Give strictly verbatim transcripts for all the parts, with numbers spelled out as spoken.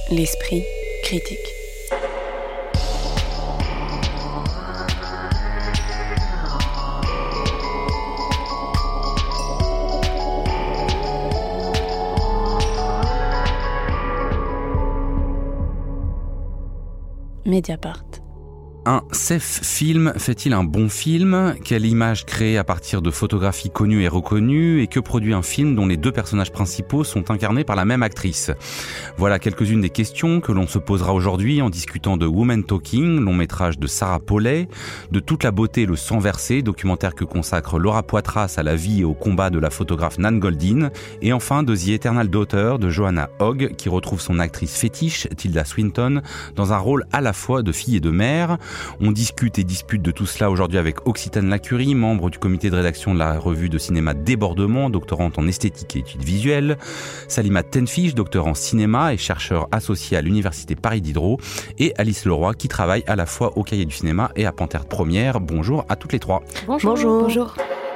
L'esprit critique. Mediapart. Un S E F film fait-il un bon film ? Quelle image créée à partir de photographies connues et reconnues ? Et que produit un film dont les deux personnages principaux sont incarnés par la même actrice ? Voilà quelques-unes des questions que l'on se posera aujourd'hui en discutant de Women Talking, long métrage de Sarah Polley, de Toute la beauté et le sang versé, documentaire que consacre Laura Poitras à la vie et au combat de la photographe Nan Goldin, et enfin de The Eternal Daughter de Joanna Hogg, qui retrouve son actrice fétiche, Tilda Swinton, dans un rôle à la fois de fille et de mère. On discute et dispute de tout cela aujourd'hui avec Occitane Lacurie, membre du comité de rédaction de la revue de cinéma Débordement, doctorante en esthétique et études visuelles, Salima Tenfish, docteur en cinéma et chercheur associé à l'université Paris Diderot, et Alice Leroy qui travaille à la fois au Cahier du cinéma et à Panthère Première. Bonjour à toutes les trois. Bonjour. Bonjour. Bonjour.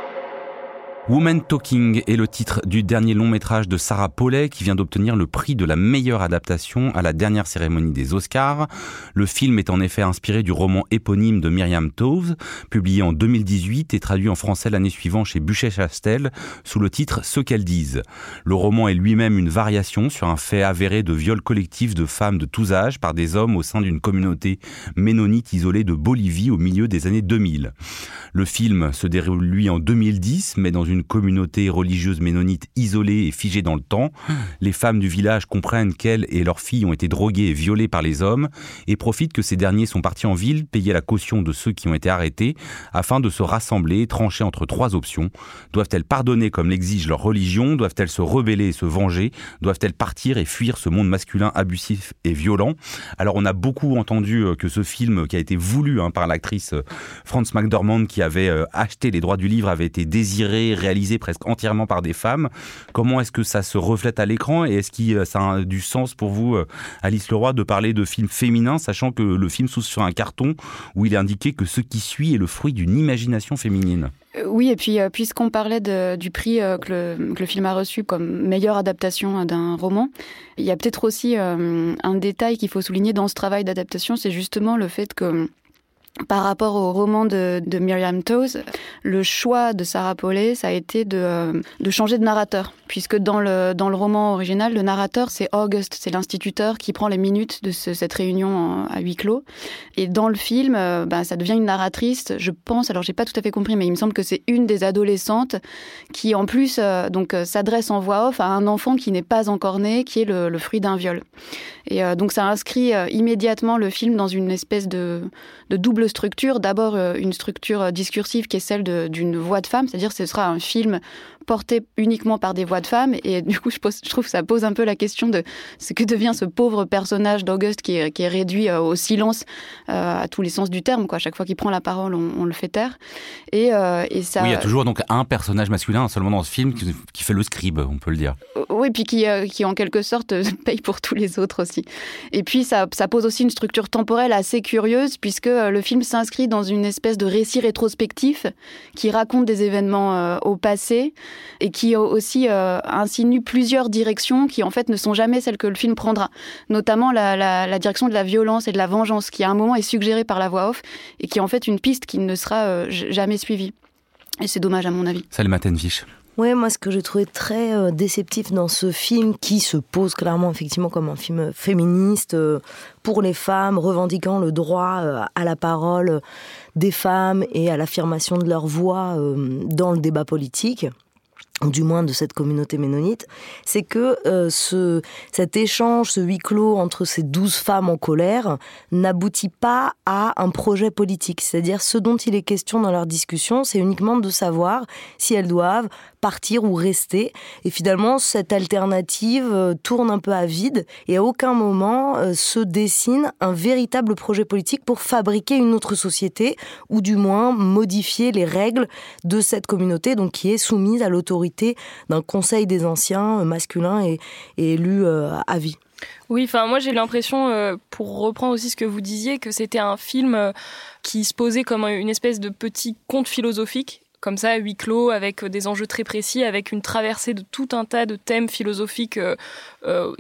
Women Talking est le titre du dernier long métrage de Sarah Polley qui vient d'obtenir le prix de la meilleure adaptation à la dernière cérémonie des Oscars. Le film est en effet inspiré du roman éponyme de Myriam Toews, publié en deux mille dix-huit et traduit en français l'année suivante chez Buchet-Chastel sous le titre « Ce qu'elles disent ». Le roman est lui-même une variation sur un fait avéré de viol collectif de femmes de tous âges par des hommes au sein d'une communauté ménonite isolée de Bolivie au milieu des années deux mille. Le film se déroule lui en deux mille dix, mais dans une communauté religieuse ménonite isolée et figée dans le temps. Les femmes du village comprennent qu'elles et leurs filles ont été droguées et violées par les hommes et profitent que ces derniers sont partis en ville payer la caution de ceux qui ont été arrêtés afin de se rassembler et trancher entre trois options. Doivent-elles pardonner comme l'exige leur religion ? Doivent-elles se rebeller et se venger ? Doivent-elles partir et fuir ce monde masculin abusif et violent ? Alors on a beaucoup entendu que ce film qui a été voulu hein, par l'actrice Frances McDormand qui avait euh, acheté les droits du livre avait été désiré, réalisé presque entièrement par des femmes. Comment est-ce que ça se reflète à l'écran et est-ce que ça a du sens pour vous, Alice Leroy, de parler de films féminins, sachant que le film s'ouvre sur un carton où il est indiqué que ce qui suit est le fruit d'une imagination féminine ? Oui, et puis euh, puisqu'on parlait de, du prix euh, que, le, que le film a reçu comme meilleure adaptation d'un roman, il y a peut-être aussi euh, un détail qu'il faut souligner dans ce travail d'adaptation, c'est justement le fait que par rapport au roman de, de Myriam Toews, le choix de Sarah Polley, ça a été de, de changer de narrateur. Puisque dans le, dans le roman original, le narrateur, c'est August, c'est l'instituteur qui prend les minutes de ce, cette réunion à huis clos. Et dans le film, euh, ben, ça devient une narratrice, je pense, alors j'ai pas tout à fait compris, mais il me semble que c'est une des adolescentes qui, en plus, euh, donc, euh, s'adresse en voix off à un enfant qui n'est pas encore né, qui est le, le fruit d'un viol. Et euh, donc ça inscrit euh, immédiatement le film dans une espèce de, de double structure. D'abord, euh, une structure discursive qui est celle de, d'une voix de femme, c'est-à-dire que ce sera un film porté uniquement par des voix de femmes. Et du coup, je, pose, je trouve que ça pose un peu la question de ce que devient ce pauvre personnage d'Auguste qui est, qui est réduit euh, au silence euh, à tous les sens du terme, quoi. Chaque fois qu'il prend la parole, on, on le fait taire. Et, euh, et ça... Oui, il y a toujours donc un personnage masculin seulement dans ce film qui, qui fait le scribe, on peut le dire. Oui, puis qui, euh, qui en quelque sorte paye pour tous les autres aussi. Et puis ça, ça pose aussi une structure temporelle assez curieuse puisque euh, le film s'inscrit dans une espèce de récit rétrospectif qui raconte des événements euh, au passé et qui aussi euh, insinue plusieurs directions qui en fait ne sont jamais celles que le film prendra. Notamment la, la, la direction de la violence et de la vengeance qui à un moment est suggérée par la voix off et qui est en fait une piste qui ne sera euh, jamais suivie. Et c'est dommage à mon avis. Salima Tenfish. Ouais, moi, ce que j'ai trouvé très euh, déceptif dans ce film, qui se pose clairement, effectivement, comme un film féministe, euh, pour les femmes, revendiquant le droit euh, à la parole des femmes et à l'affirmation de leur voix euh, dans le débat politique, ou du moins de cette communauté ménonite, c'est que euh, ce, cet échange, ce huis clos entre ces douze femmes en colère n'aboutit pas à un projet politique. C'est-à-dire, ce dont il est question dans leur discussion, c'est uniquement de savoir si elles doivent partir ou rester. Et finalement, cette alternative euh, tourne un peu à vide et à aucun moment euh, se dessine un véritable projet politique pour fabriquer une autre société ou du moins modifier les règles de cette communauté, donc qui est soumise à l'autorité d'un conseil des anciens masculin et, et élu euh, à vie. Oui, enfin moi j'ai l'impression, euh, pour reprendre aussi ce que vous disiez, que c'était un film euh, qui se posait comme une espèce de petit conte philosophique, comme ça, huis clos, avec des enjeux très précis, avec une traversée de tout un tas de thèmes philosophiques, euh, euh, d'ailleurs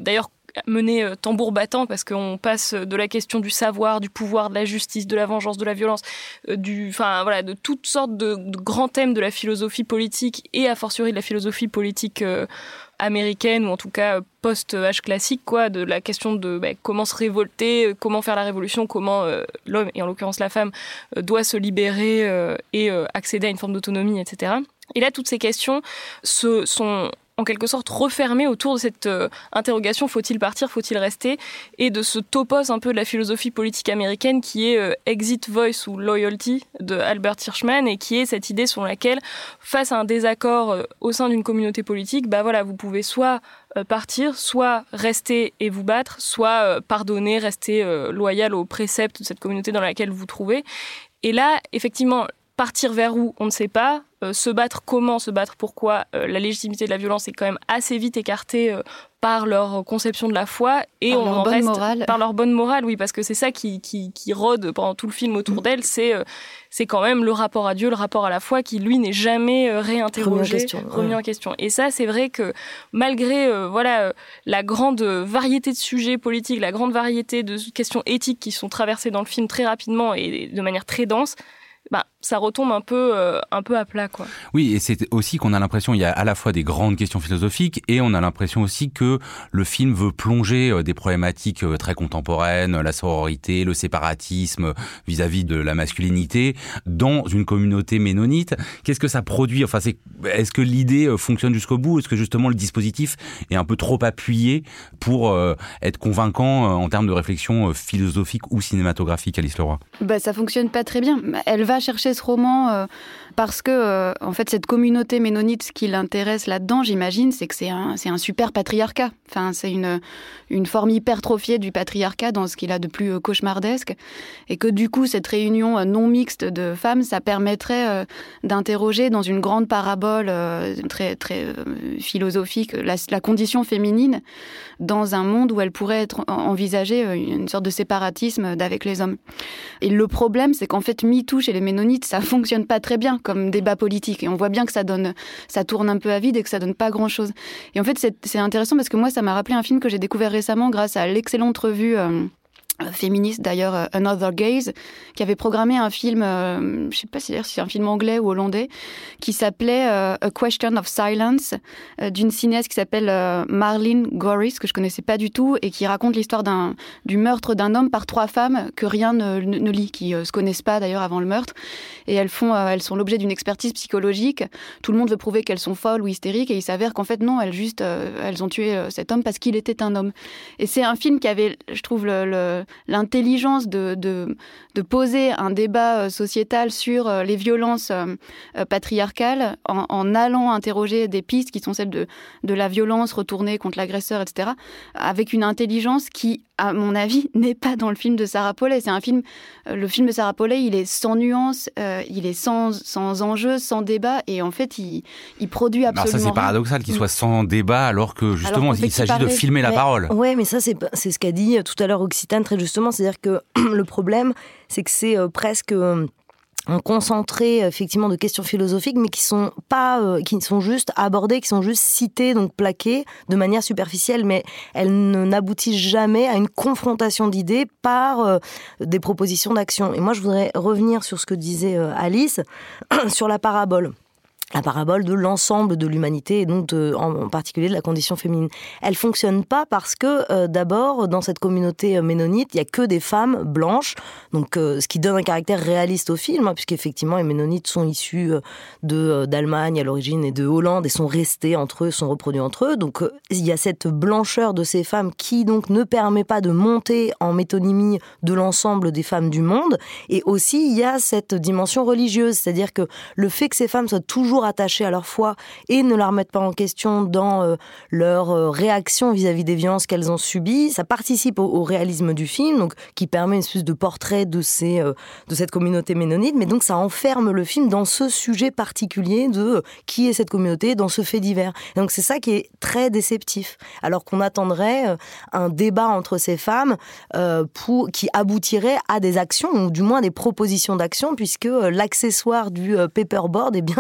menée euh, tambour battant, parce qu'on passe de la question du savoir, du pouvoir, de la justice, de la vengeance, de la violence, euh, du, enfin voilà, de toutes sortes de, de grands thèmes de la philosophie politique et a fortiori de la philosophie politique euh, américaine, ou en tout cas post-âge classique, quoi, de la question de bah, comment se révolter, comment faire la révolution, comment euh, l'homme, et en l'occurrence la femme, euh, doit se libérer euh, et euh, accéder à une forme d'autonomie, et cetera. Et là, toutes ces questions se sont en quelque sorte refermées autour de cette euh, interrogation, faut-il partir, faut-il rester, et de ce topos un peu de la philosophie politique américaine qui est euh, Exit, Voice ou Loyalty de Albert Hirschman, et qui est cette idée selon laquelle, face à un désaccord euh, au sein d'une communauté politique, bah voilà, vous pouvez soit euh, partir, soit rester et vous battre, soit euh, pardonner, rester euh, loyal aux préceptes de cette communauté dans laquelle vous vous trouvez. Et là, effectivement, partir vers où, on ne sait pas. Euh, se battre comment, se battre pourquoi, euh, la légitimité de la violence est quand même assez vite écartée euh, par leur conception de la foi et par on leur en bonne reste morale. Par leur bonne morale, oui, parce que c'est ça qui, qui, qui rôde pendant tout le film autour d'elle, c'est, euh, c'est quand même le rapport à Dieu, le rapport à la foi qui, lui, n'est jamais euh, réinterrogé, remis en question. Remis ouais. en question. Et ça, c'est vrai que malgré euh, voilà, euh, la grande variété de sujets politiques, la grande variété de questions éthiques qui sont traversées dans le film très rapidement et de manière très dense, bah, ça retombe un peu, euh, un peu à plat, quoi. Oui, et c'est aussi qu'on a l'impression, il y a à la fois des grandes questions philosophiques et on a l'impression aussi que le film veut plonger des problématiques très contemporaines, la sororité, le séparatisme vis-à-vis de la masculinité dans une communauté ménonite. Qu'est-ce que ça produit ? Enfin, c'est, est-ce que l'idée fonctionne jusqu'au bout ? Est-ce que justement le dispositif est un peu trop appuyé pour euh, être convaincant euh, en termes de réflexion philosophique ou cinématographique, Alice Leroy ? Bah, ça fonctionne pas très bien. Elle va chercher ce roman euh, parce que, euh, en fait, cette communauté ménonite, ce qui l'intéresse là-dedans, j'imagine, c'est que c'est un, c'est un super patriarcat. Enfin, c'est une, une forme hypertrophiée du patriarcat dans ce qu'il a de plus euh, cauchemardesque. Et que du coup, cette réunion euh, non mixte de femmes, ça permettrait euh, d'interroger dans une grande parabole euh, très, très euh, philosophique la, la condition féminine dans un monde où elle pourrait être envisagée euh, une sorte de séparatisme d'avec les hommes. Et le problème, c'est qu'en fait, MeToo chez les ménonites, ça fonctionne pas très bien comme débat politique. Et on voit bien que ça donne, ça tourne un peu à vide et que ça donne pas grand-chose. Et en fait, c'est, c'est intéressant parce que moi, ça m'a rappelé un film que j'ai découvert récemment grâce à l'excellente revue euh, féministe d'ailleurs, uh, Another Gaze, qui avait programmé un film, euh, je sais pas si c'est un film anglais ou hollandais, qui s'appelait euh, A Question of Silence, euh, d'une cinéaste qui s'appelle euh, Marlene Goris, que je connaissais pas du tout, et qui raconte l'histoire d'un, du meurtre d'un homme par trois femmes que rien ne, ne, ne lit, qui euh, se connaissent pas d'ailleurs avant le meurtre, et elles font, euh, elles sont l'objet d'une expertise psychologique. Tout le monde veut prouver qu'elles sont folles ou hystériques, et il s'avère qu'en fait non, elles juste, euh, elles ont tué euh, cet homme parce qu'il était un homme. Et c'est un film qui avait, je trouve, le, le l'intelligence de, de, de poser un débat sociétal sur les violences patriarcales en, en allant interroger des pistes qui sont celles de, de la violence retournée contre l'agresseur, et cetera, avec une intelligence qui, à mon avis, n'est pas dans le film de Sarah Polley. C'est un film, le film de Sarah Polley, il est sans nuance, euh, il est sans, sans enjeu, sans débat, et en fait, il, il produit absolument Alors ça, c'est paradoxal qu'il soit sans débat, alors que justement, alors il s'agit parlait, de filmer mais, la parole. Ouais, mais ça, c'est, c'est ce qu'a dit tout à l'heure Occitane, très justement, c'est-à-dire que le problème, c'est que c'est euh, presque... Euh, un concentré effectivement de questions philosophiques, mais qui sont pas, euh, qui sont juste abordées, qui sont juste citées, donc plaquées de manière superficielle, mais elles ne, n'aboutissent jamais à une confrontation d'idées par euh, des propositions d'action. Et moi, je voudrais revenir sur ce que disait euh, Alice sur la parabole. La parabole de l'ensemble de l'humanité et donc de, en particulier de la condition féminine. Elle fonctionne pas parce que euh, d'abord dans cette communauté euh, ménonite il y a que des femmes blanches, donc euh, ce qui donne un caractère réaliste au film, hein, puisqu'effectivement les ménonites sont issus euh, de euh, d'Allemagne à l'origine et de Hollande et sont restés entre eux, sont reproduits entre eux. Donc euh, il y a cette blancheur de ces femmes qui donc ne permet pas de monter en métonymie de l'ensemble des femmes du monde. Et aussi il y a cette dimension religieuse, c'est-à-dire que le fait que ces femmes soient toujours attachées à leur foi et ne la remettent pas en question dans euh, leur euh, réaction vis-à-vis des violences qu'elles ont subies, ça participe au, au réalisme du film, donc qui permet une espèce de portrait de ces euh, de cette communauté ménonite, mais donc ça enferme le film dans ce sujet particulier de euh, qui est cette communauté, dans ce fait divers. Et donc c'est ça qui est très déceptif, alors qu'on attendrait euh, un débat entre ces femmes euh, pour qui aboutirait à des actions ou du moins des propositions d'action, puisque euh, l'accessoire du euh, paperboard est bien installé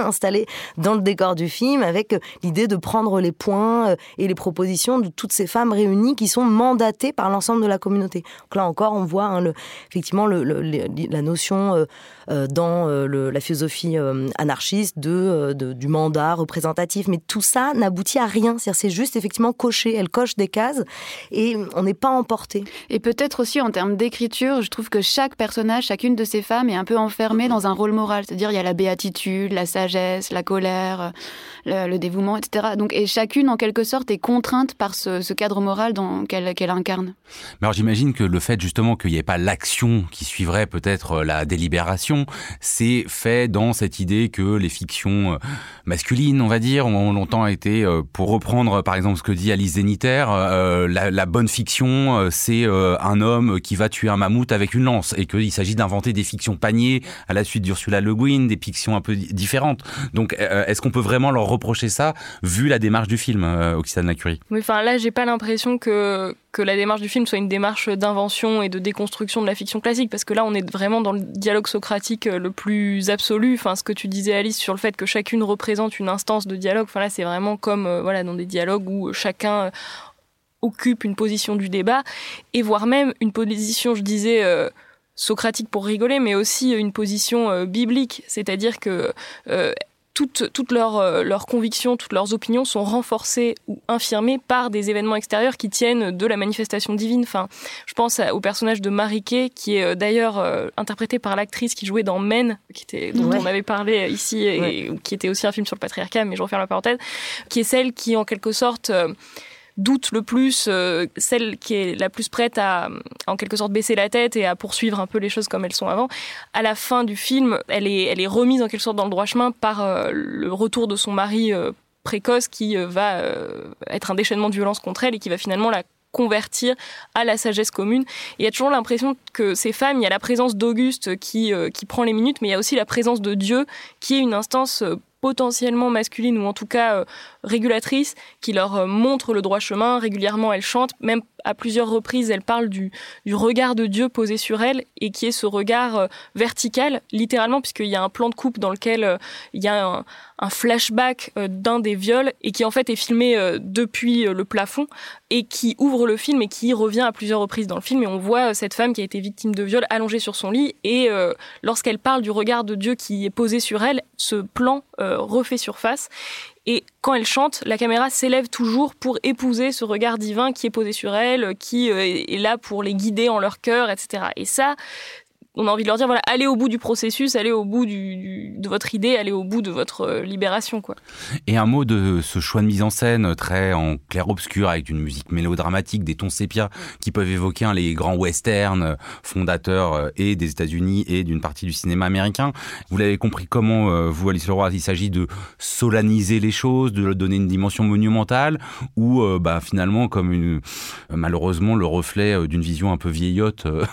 dans le décor du film, avec l'idée de prendre les points et les propositions de toutes ces femmes réunies qui sont mandatées par l'ensemble de la communauté. Donc là encore, on voit hein, le, effectivement le, le, la notion euh, euh, dans euh, le, la philosophie euh, anarchiste de, euh, de, du mandat représentatif. Mais tout ça n'aboutit à rien. C'est-à-dire, c'est juste effectivement cocher. Elle coche des cases et on n'est pas emporté. Et peut-être aussi en termes d'écriture, je trouve que chaque personnage, chacune de ces femmes est un peu enfermée dans un rôle moral. C'est-à-dire, il y a la béatitude, la sagesse, la colère, le, le dévouement, et cetera. Donc, et chacune, en quelque sorte, est contrainte par ce, ce cadre moral dans, qu'elle, qu'elle incarne. Mais alors, j'imagine que le fait, justement, qu'il n'y ait pas l'action qui suivrait peut-être la délibération, c'est fait dans cette idée que les fictions masculines, on va dire, ont longtemps été, pour reprendre, par exemple, ce que dit Alice Zeniter, euh, la, la bonne fiction, c'est euh, un homme qui va tuer un mammouth avec une lance, et qu'il s'agit d'inventer des fictions paniers à la suite d'Ursula Le Guin, des fictions un peu différentes. Donc, euh, est-ce qu'on peut vraiment leur reprocher ça, vu la démarche du film, euh, Occitane Lacurie ? Oui, enfin là, j'ai pas l'impression que que la démarche du film soit une démarche d'invention et de déconstruction de la fiction classique, parce que là, on est vraiment dans le dialogue socratique le plus absolu. Enfin, ce que tu disais, Alice, sur le fait que chacune représente une instance de dialogue. Enfin là, c'est vraiment comme euh, voilà dans des dialogues où chacun euh, occupe une position du débat, et voire même une position, je disais, euh, socratique pour rigoler, mais aussi une position euh, biblique. C'est-à-dire que euh, toutes, toutes leurs, leurs convictions, toutes leurs opinions sont renforcées ou infirmées par des événements extérieurs qui tiennent de la manifestation divine. Enfin, je pense au personnage de Mariquet, qui est d'ailleurs euh, interprété par l'actrice qui jouait dans Men, qui était, dont ouais. on avait parlé ici, et ouais. qui était aussi un film sur le patriarcat, mais je referme la parenthèse, qui est celle qui, en quelque sorte... Euh, doute le plus, euh, celle qui est la plus prête à, en quelque sorte, baisser la tête et à poursuivre un peu les choses comme elles sont avant. À la fin du film, elle est, elle est remise en quelque sorte dans le droit chemin par euh, le retour de son mari euh, précoce qui euh, va euh, être un déchaînement de violence contre elle et qui va finalement la convertir à la sagesse commune. Et il y a toujours l'impression que ces femmes, il y a la présence d'Auguste qui, euh, qui prend les minutes, mais il y a aussi la présence de Dieu qui est une instance euh, potentiellement masculine ou en tout cas euh, régulatrice, qui leur euh, montre le droit chemin. Régulièrement, elle chante, même à plusieurs reprises, elle parle du, du regard de Dieu posé sur elle, et qui est ce regard euh, vertical, littéralement, puisqu'il y a un plan de coupe dans lequel euh, il y a un, un flashback euh, d'un des viols, et qui en fait est filmé euh, depuis euh, le plafond, et qui ouvre le film et qui revient à plusieurs reprises dans le film, et on voit euh, cette femme qui a été victime de viol allongée sur son lit, et euh, lorsqu'elle parle du regard de Dieu qui est posé sur elle, ce plan euh, refait surface. Et quand elle chante, la caméra s'élève toujours pour épouser ce regard divin qui est posé sur elle, qui est là pour les guider en leur cœur, et cetera. Et ça, on a envie de leur dire, voilà, allez au bout du processus, allez au bout du, du, de votre idée, allez au bout de votre euh, libération, quoi. Et un mot de ce choix de mise en scène très en clair-obscur, avec une musique mélodramatique, des tons sépia qui peuvent évoquer hein, les grands westerns fondateurs euh, et des États-Unis et d'une partie du cinéma américain. Vous l'avez compris comment, euh, vous, Alice Leroy, il s'agit de solenniser les choses, de leur donner une dimension monumentale, ou euh, bah, finalement comme une, euh, malheureusement le reflet euh, d'une vision un peu vieillotte euh,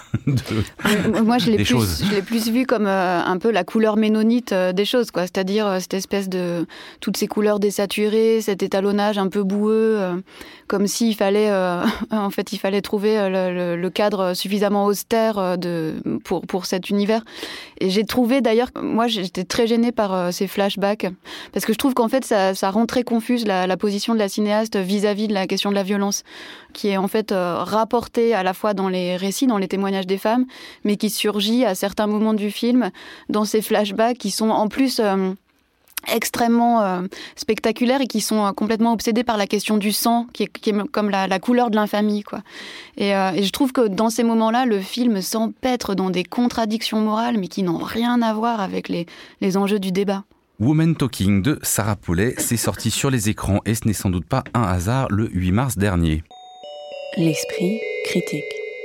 de... Moi, je l'ai, plus, je l'ai plus vu comme euh, un peu la couleur ménonite euh, des choses, quoi. C'est-à-dire euh, cette espèce de... toutes ces couleurs désaturées, cet étalonnage un peu boueux, euh, comme s'il fallait... Euh, en fait, il fallait trouver le, le, le cadre suffisamment austère euh, de, pour, pour cet univers. Et j'ai trouvé, d'ailleurs... Moi, j'étais très gênée par euh, ces flashbacks, parce que je trouve qu'en fait, ça, ça rend très confuse la, la position de la cinéaste vis-à-vis de la question de la violence, qui est en fait euh, rapportée à la fois dans les récits, dans les témoignages des femmes, mais qui surgit à certains moments du film dans ces flashbacks qui sont en plus euh, extrêmement euh, spectaculaires et qui sont euh, complètement obsédés par la question du sang, qui est, qui est comme la, la couleur de l'infamie, quoi. Et, euh, et je trouve que dans ces moments-là, le film s'empêtre dans des contradictions morales, mais qui n'ont rien à voir avec les, les enjeux du débat. Woman Talking de Sarah Paulet, c'est sorti sur les écrans et ce n'est sans doute pas un hasard le huit mars dernier. L'esprit critique.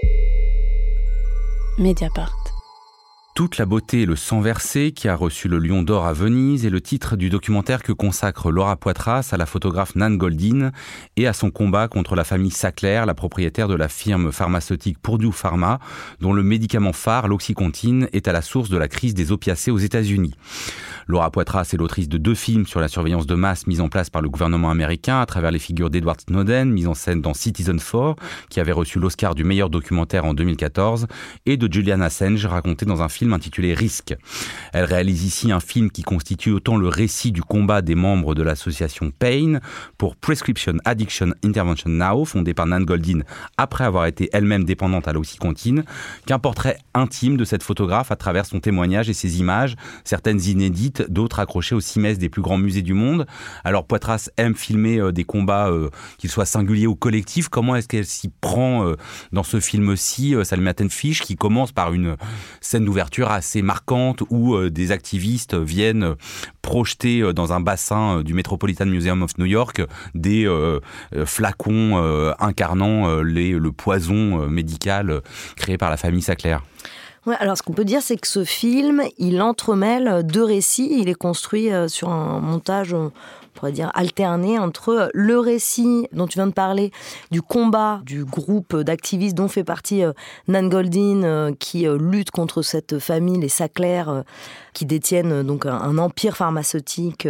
Mediapart. Toute la beauté et le sang versé, qui a reçu le Lion d'Or à Venise, est le titre du documentaire que consacre Laura Poitras à la photographe Nan Goldin et à son combat contre la famille Sackler, la propriétaire de la firme pharmaceutique Purdue Pharma, dont le médicament phare, l'Oxycontin, est à la source de la crise des opiacés aux États-Unis. Laura Poitras est l'autrice de deux films sur la surveillance de masse mise en place par le gouvernement américain à travers les figures d'Edward Snowden, mise en scène dans Citizen Four, qui avait reçu l'Oscar du meilleur documentaire en deux mille quatorze, et de Julian Assange, raconté dans un film film intitulé Risque. Elle réalise ici un film qui constitue autant le récit du combat des membres de l'association PAIN pour Prescription Addiction Intervention Now, fondée par Nan Goldin après avoir été elle-même dépendante à l'Oxycontin, qu'un portrait intime de cette photographe à travers son témoignage et ses images, certaines inédites, d'autres accrochées aux cimaises des plus grands musées du monde. Alors Poitras aime filmer euh, des combats, euh, qu'ils soient singuliers ou collectifs. Comment est-ce qu'elle s'y prend euh, dans ce film-ci, euh, Salma Tenfish, qui commence par une scène d'ouverture assez marquante où euh, des activistes viennent euh, projeter euh, dans un bassin euh, du Metropolitan Museum of New York des euh, euh, flacons euh, incarnant euh, les, le poison euh, médical euh, créé par la famille Sackler. Ouais, alors ce qu'on peut dire, c'est que ce film, il entremêle deux récits. Il est construit sur un montage, on pourrait dire, alterné entre le récit dont tu viens de parler, du combat du groupe d'activistes dont fait partie Nan Goldin, qui lutte contre cette famille, les Sackler, qui détiennent donc un empire pharmaceutique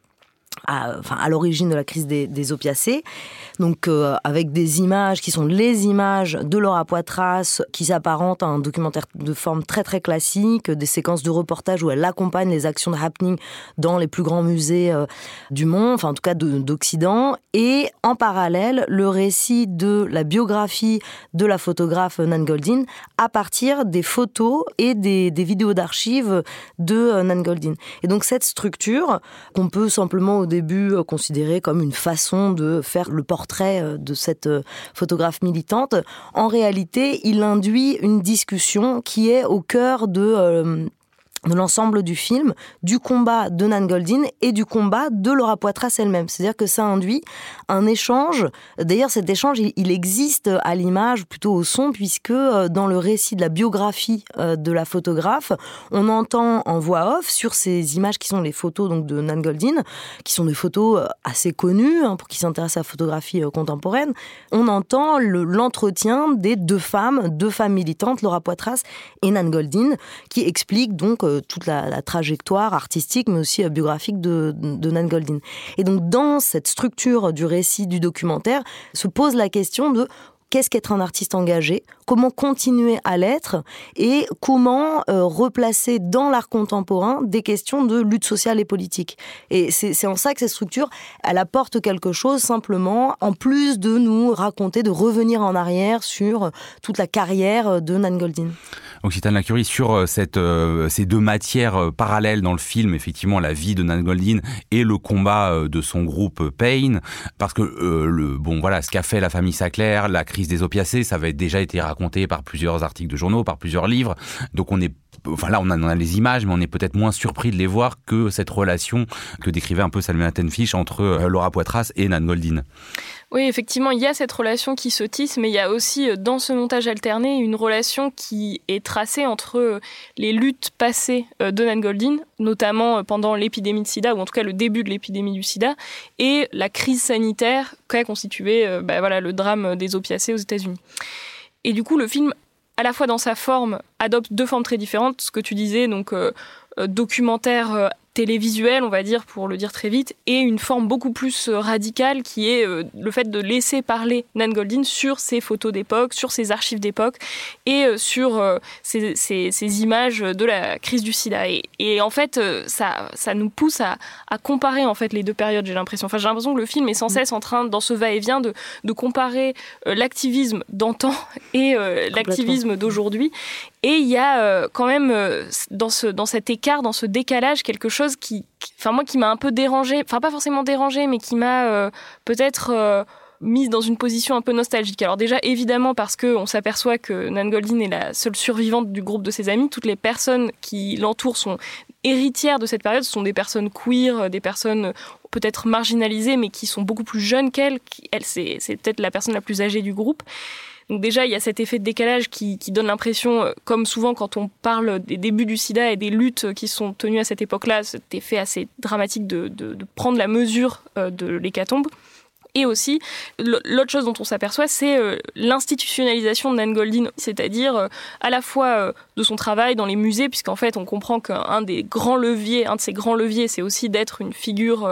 À, enfin, à l'origine de la crise des, des opiacés, donc euh, avec des images qui sont les images de Laura Poitras, qui s'apparentent à un documentaire de forme très très classique, des séquences de reportage où elle accompagne les actions de happening dans les plus grands musées euh, du monde, enfin en tout cas de, d'Occident, et en parallèle le récit de la biographie de la photographe Nan Goldin à partir des photos et des, des vidéos d'archives de euh, Nan Goldin. Et donc cette structure qu'on peut simplement au début considéré comme une façon de faire le portrait de cette photographe militante, en réalité, il induit une discussion qui est au cœur de... Euh, de l'ensemble du film, du combat de Nan Goldin et du combat de Laura Poitras elle-même. C'est-à-dire que ça induit un échange. D'ailleurs, cet échange, il existe à l'image, plutôt au son, puisque dans le récit de la biographie de la photographe, on entend en voix off sur ces images qui sont les photos donc, de Nan Goldin, qui sont des photos assez connues, hein, pour qui s'intéressent à la photographie contemporaine, on entend le, l'entretien des deux femmes, deux femmes militantes, Laura Poitras et Nan Goldin, qui expliquent donc toute la, la trajectoire artistique, mais aussi biographique de, de Nan Goldin. Et donc, dans cette structure du récit du documentaire, se pose la question de qu'est-ce qu'être un artiste engagé, comment continuer à l'être et comment euh, replacer dans l'art contemporain des questions de lutte sociale et politique. Et c'est, c'est en ça que cette structure, elle apporte quelque chose simplement, en plus de nous raconter, de revenir en arrière sur toute la carrière de Nan Goldin. Occitane Lacurie, sur cette, euh, ces deux matières euh, parallèles dans le film, effectivement la vie de Nan Goldin et le combat euh, de son groupe PAIN, parce que euh, le, bon, voilà, ce qu'a fait la famille Sackler, la crise des opiacés, ça avait déjà été raconté par plusieurs articles de journaux, par plusieurs livres, donc on est Enfin là, on a, on a les images, mais on est peut-être moins surpris de les voir que cette relation que décrivait un peu Salma Tenfish entre euh, Laura Poitras et Nan Goldin. Oui, effectivement, il y a cette relation qui se tisse, mais il y a aussi, dans ce montage alterné, une relation qui est tracée entre les luttes passées de Nan Goldin, notamment pendant l'épidémie de sida, ou en tout cas le début de l'épidémie du sida, et la crise sanitaire qu'a constitué bah, voilà, le drame des opiacés aux États-Unis. Et du coup, le film, à la fois dans sa forme, adopte deux formes très différentes, ce que tu disais, donc euh, documentaire euh, télévisuel, on va dire, pour le dire très vite, et une forme beaucoup plus radicale qui est euh, le fait de laisser parler Nan Goldin sur ses photos d'époque, sur ses archives d'époque et euh, sur euh, ces, ces, ces images de la crise du sida. Et, et en fait, euh, ça, ça nous pousse à, à comparer en fait les deux périodes, j'ai l'impression. Enfin, j'ai l'impression que le film est sans cesse en train, dans ce va-et-vient, de, de comparer euh, l'activisme d'antan et euh, l'activisme d'aujourd'hui. Et il y a euh, quand même, euh, dans, ce, dans cet écart, dans ce décalage, quelque chose qui, enfin moi, qui m'a un peu dérangée, enfin pas forcément dérangée, mais qui m'a euh, peut-être euh, mise dans une position un peu nostalgique. Alors déjà, évidemment, parce qu'on s'aperçoit que Nan Goldin est la seule survivante du groupe de ses amis. Toutes les personnes qui l'entourent sont héritières de cette période. Ce sont des personnes queer, des personnes peut-être marginalisées, mais qui sont beaucoup plus jeunes qu'elle. Elle, c'est, c'est peut-être la personne la plus âgée du groupe. Donc déjà, il y a cet effet de décalage qui, qui donne l'impression, comme souvent quand on parle des débuts du sida et des luttes qui sont tenues à cette époque-là, cet effet assez dramatique de, de, de prendre la mesure de l'hécatombe. Et aussi, l'autre chose dont on s'aperçoit, c'est l'institutionnalisation de Nan Goldin, c'est-à-dire à la fois de son travail dans les musées, puisqu'en fait, on comprend qu'un des grands leviers, un de ses grands leviers, c'est aussi d'être une figure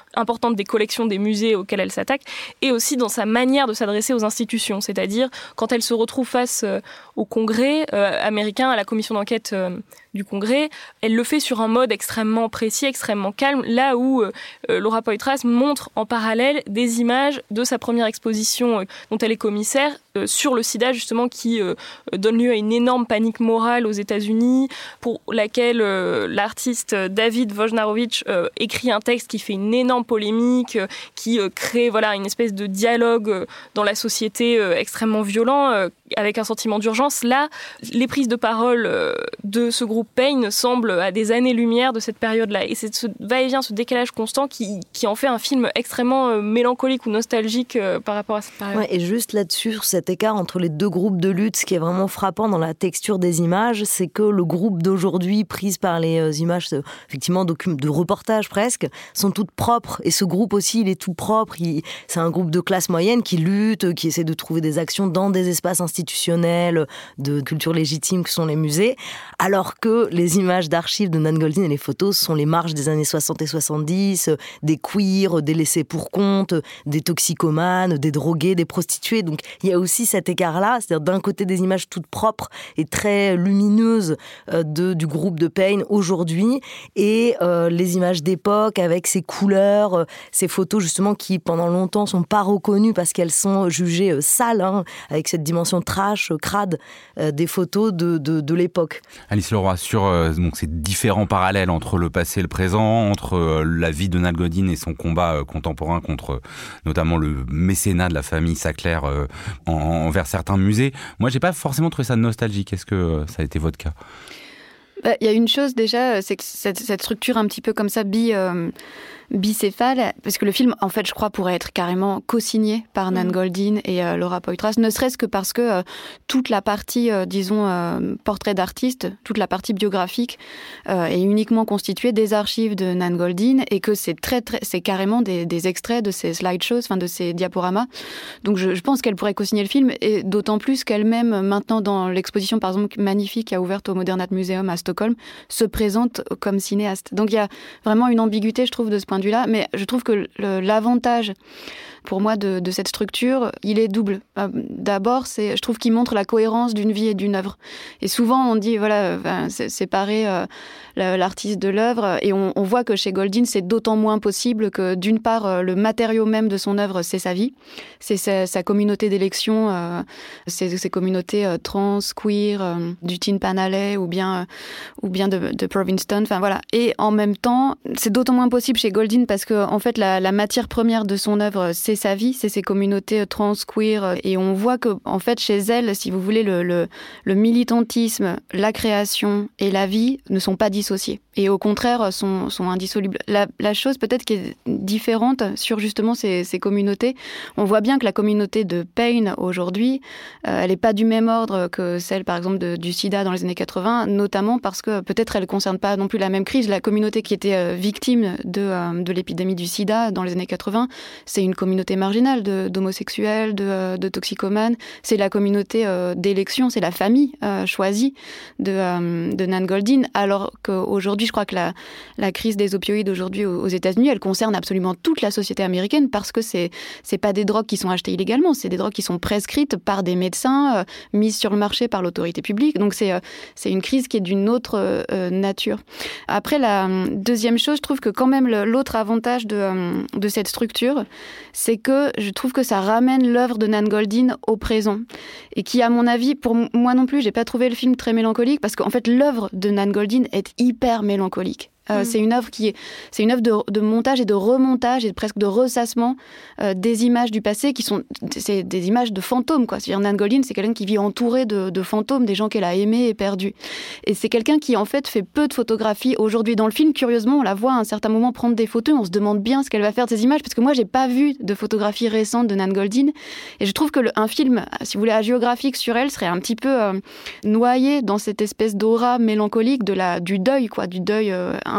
importante des collections des musées auxquelles elle s'attaque, et aussi dans sa manière de s'adresser aux institutions. C'est-à-dire, quand elle se retrouve face euh, au Congrès euh, américain, à la commission d'enquête euh, du Congrès, elle le fait sur un mode extrêmement précis, extrêmement calme, là où euh, Laura Poitras montre en parallèle des images de sa première exposition euh, dont elle est commissaire euh, sur le sida, justement, qui euh, donne lieu à une énorme panique morale aux États-Unis, pour laquelle euh, l'artiste David Wojnarowicz euh, écrit un texte qui fait une énorme polémique, euh, qui euh, crée voilà, une espèce de dialogue euh, dans la société euh, extrêmement violent, euh, avec un sentiment d'urgence. Là, les prises de parole euh, de ce groupe Pain semblent à des années-lumière de cette période-là. Et c'est ce va-et-vient, ce décalage constant qui, qui en fait un film extrêmement euh, mélancolique ou nostalgique euh, par rapport à cette période. Ouais, et juste là-dessus, cet écart entre les deux groupes de lutte, ce qui est vraiment frappant dans la texture des images, c'est que le groupe d'aujourd'hui, prise par les euh, images euh, effectivement de, de reportage presque, sont toutes propres. Et ce groupe aussi, il est tout propre. Il, c'est un groupe de classe moyenne qui lutte, qui essaie de trouver des actions dans des espaces institutionnels de culture légitime que sont les musées, alors que les images d'archives de Nan Goldin et les photos sont les marges des années soixante et soixante-dix, des queers, des laissés pour compte, des toxicomanes, des drogués, des prostituées. Donc il y a aussi cet écart-là, c'est-à-dire d'un côté des images toutes propres et très lumineuses de, du groupe de Pain aujourd'hui, et euh, les images d'époque avec ces couleurs, ces photos justement qui pendant longtemps sont pas reconnues parce qu'elles sont jugées euh, sales, hein, avec cette dimension trash, crade euh, des photos de, de, de l'époque. Alice Leroy, sur euh, donc ces différents parallèles entre le passé et le présent, entre euh, la vie de Nan Goldin et son combat euh, contemporain contre euh, notamment le mécénat de la famille Sackler euh, en, envers certains musées. Moi, j'ai pas forcément trouvé ça nostalgique. Est-ce que euh, ça a été votre cas ? Bah, y a une chose déjà, c'est que cette, cette structure un petit peu comme ça, bi, euh, bicéphale, parce que le film, en fait, je crois, pourrait être carrément co-signé par Nan Goldin et euh, Laura Poitras, ne serait-ce que parce que euh, toute la partie, euh, disons, euh, portrait d'artiste, toute la partie biographique euh, est uniquement constituée des archives de Nan Goldin, et que c'est très, très, c'est carrément des, des extraits de ces slideshows, enfin de ces diaporamas. Donc je, je pense qu'elle pourrait co-signer le film, et d'autant plus qu'elle-même, maintenant dans l'exposition, par exemple, magnifique qui a ouvert au Modern Art Museum à Stockholm, se présente comme cinéaste. Donc il y a vraiment une ambiguïté, je trouve, de ce point de vue-là, mais je trouve que le, l'avantage pour moi de, de cette structure, il est double. D'abord, c'est, je trouve qu'il montre la cohérence d'une vie et d'une œuvre. Et souvent, on dit, voilà, enfin, c'est, séparer euh, l'artiste de l'œuvre, et on, on voit que chez Goldin, c'est d'autant moins possible que, d'une part, le matériau même de son œuvre, c'est sa vie, c'est sa, sa communauté d'élection, euh, ses, ses communautés euh, trans, queer, euh, du Tin Pan Alley, ou bien, euh, ou bien de, de Provincetown, enfin voilà. Et en même temps, c'est d'autant moins possible chez Goldin parce que, en fait, la, la matière première de son œuvre, c'est sa vie, c'est ses communautés trans, queer, et on voit que, en fait, chez elle, si vous voulez, le, le, le militantisme, la création et la vie ne sont pas dissociés, et au contraire sont, sont indissolubles. La, la chose peut-être qui est différente sur justement ces, ces communautés, on voit bien que la communauté de Pain aujourd'hui, euh, elle n'est pas du même ordre que celle, par exemple, de, du sida dans les années quatre-vingts, notamment parce que peut-être elle ne concerne pas non plus la même crise. La communauté qui était euh, victime de, euh, de l'épidémie du sida dans les années quatre-vingts, c'est une communauté marginale de, d'homosexuels, de, de toxicomanes. C'est la communauté euh, d'élection, c'est la famille euh, choisie de, euh, de Nan Goldin, alors qu'aujourd'hui, je crois que la, la crise des opioïdes aujourd'hui aux, aux États-Unis, elle concerne absolument toute la société américaine, parce que c'est, c'est pas des drogues qui sont achetées illégalement, c'est des drogues qui sont prescrites par des médecins, euh, mises sur le marché par l'autorité publique. Donc c'est, euh, c'est une crise qui est d'une autre euh, nature. Après, la deuxième chose, je trouve que quand même le, l'autre avantage de, euh, de cette structure, c'est que je trouve que ça ramène l'œuvre de Nan Goldin au présent. Et qui, à mon avis, pour moi non plus, j'ai pas trouvé le film très mélancolique, parce qu'en fait, l'œuvre de Nan Goldin est hyper mélancolique. Euh, mmh. C'est une œuvre qui est, c'est une œuvre de, de montage et de remontage et presque de ressassement euh, des images du passé qui sont, c'est des images de fantômes, quoi. C'est-à-dire Nan Goldin, c'est quelqu'un qui vit entouré de, de fantômes, des gens qu'elle a aimés et perdus. Et c'est quelqu'un qui en fait fait peu de photographies aujourd'hui dans le film. Curieusement, on la voit à un certain moment prendre des photos. On se demande bien ce qu'elle va faire de ces images, parce que moi, j'ai pas vu de photographies récentes de Nan Goldin. Et je trouve que le, un film, si vous voulez, hagiographique sur elle serait un petit peu euh, noyé dans cette espèce d'aura mélancolique de la, du deuil, quoi, du deuil euh,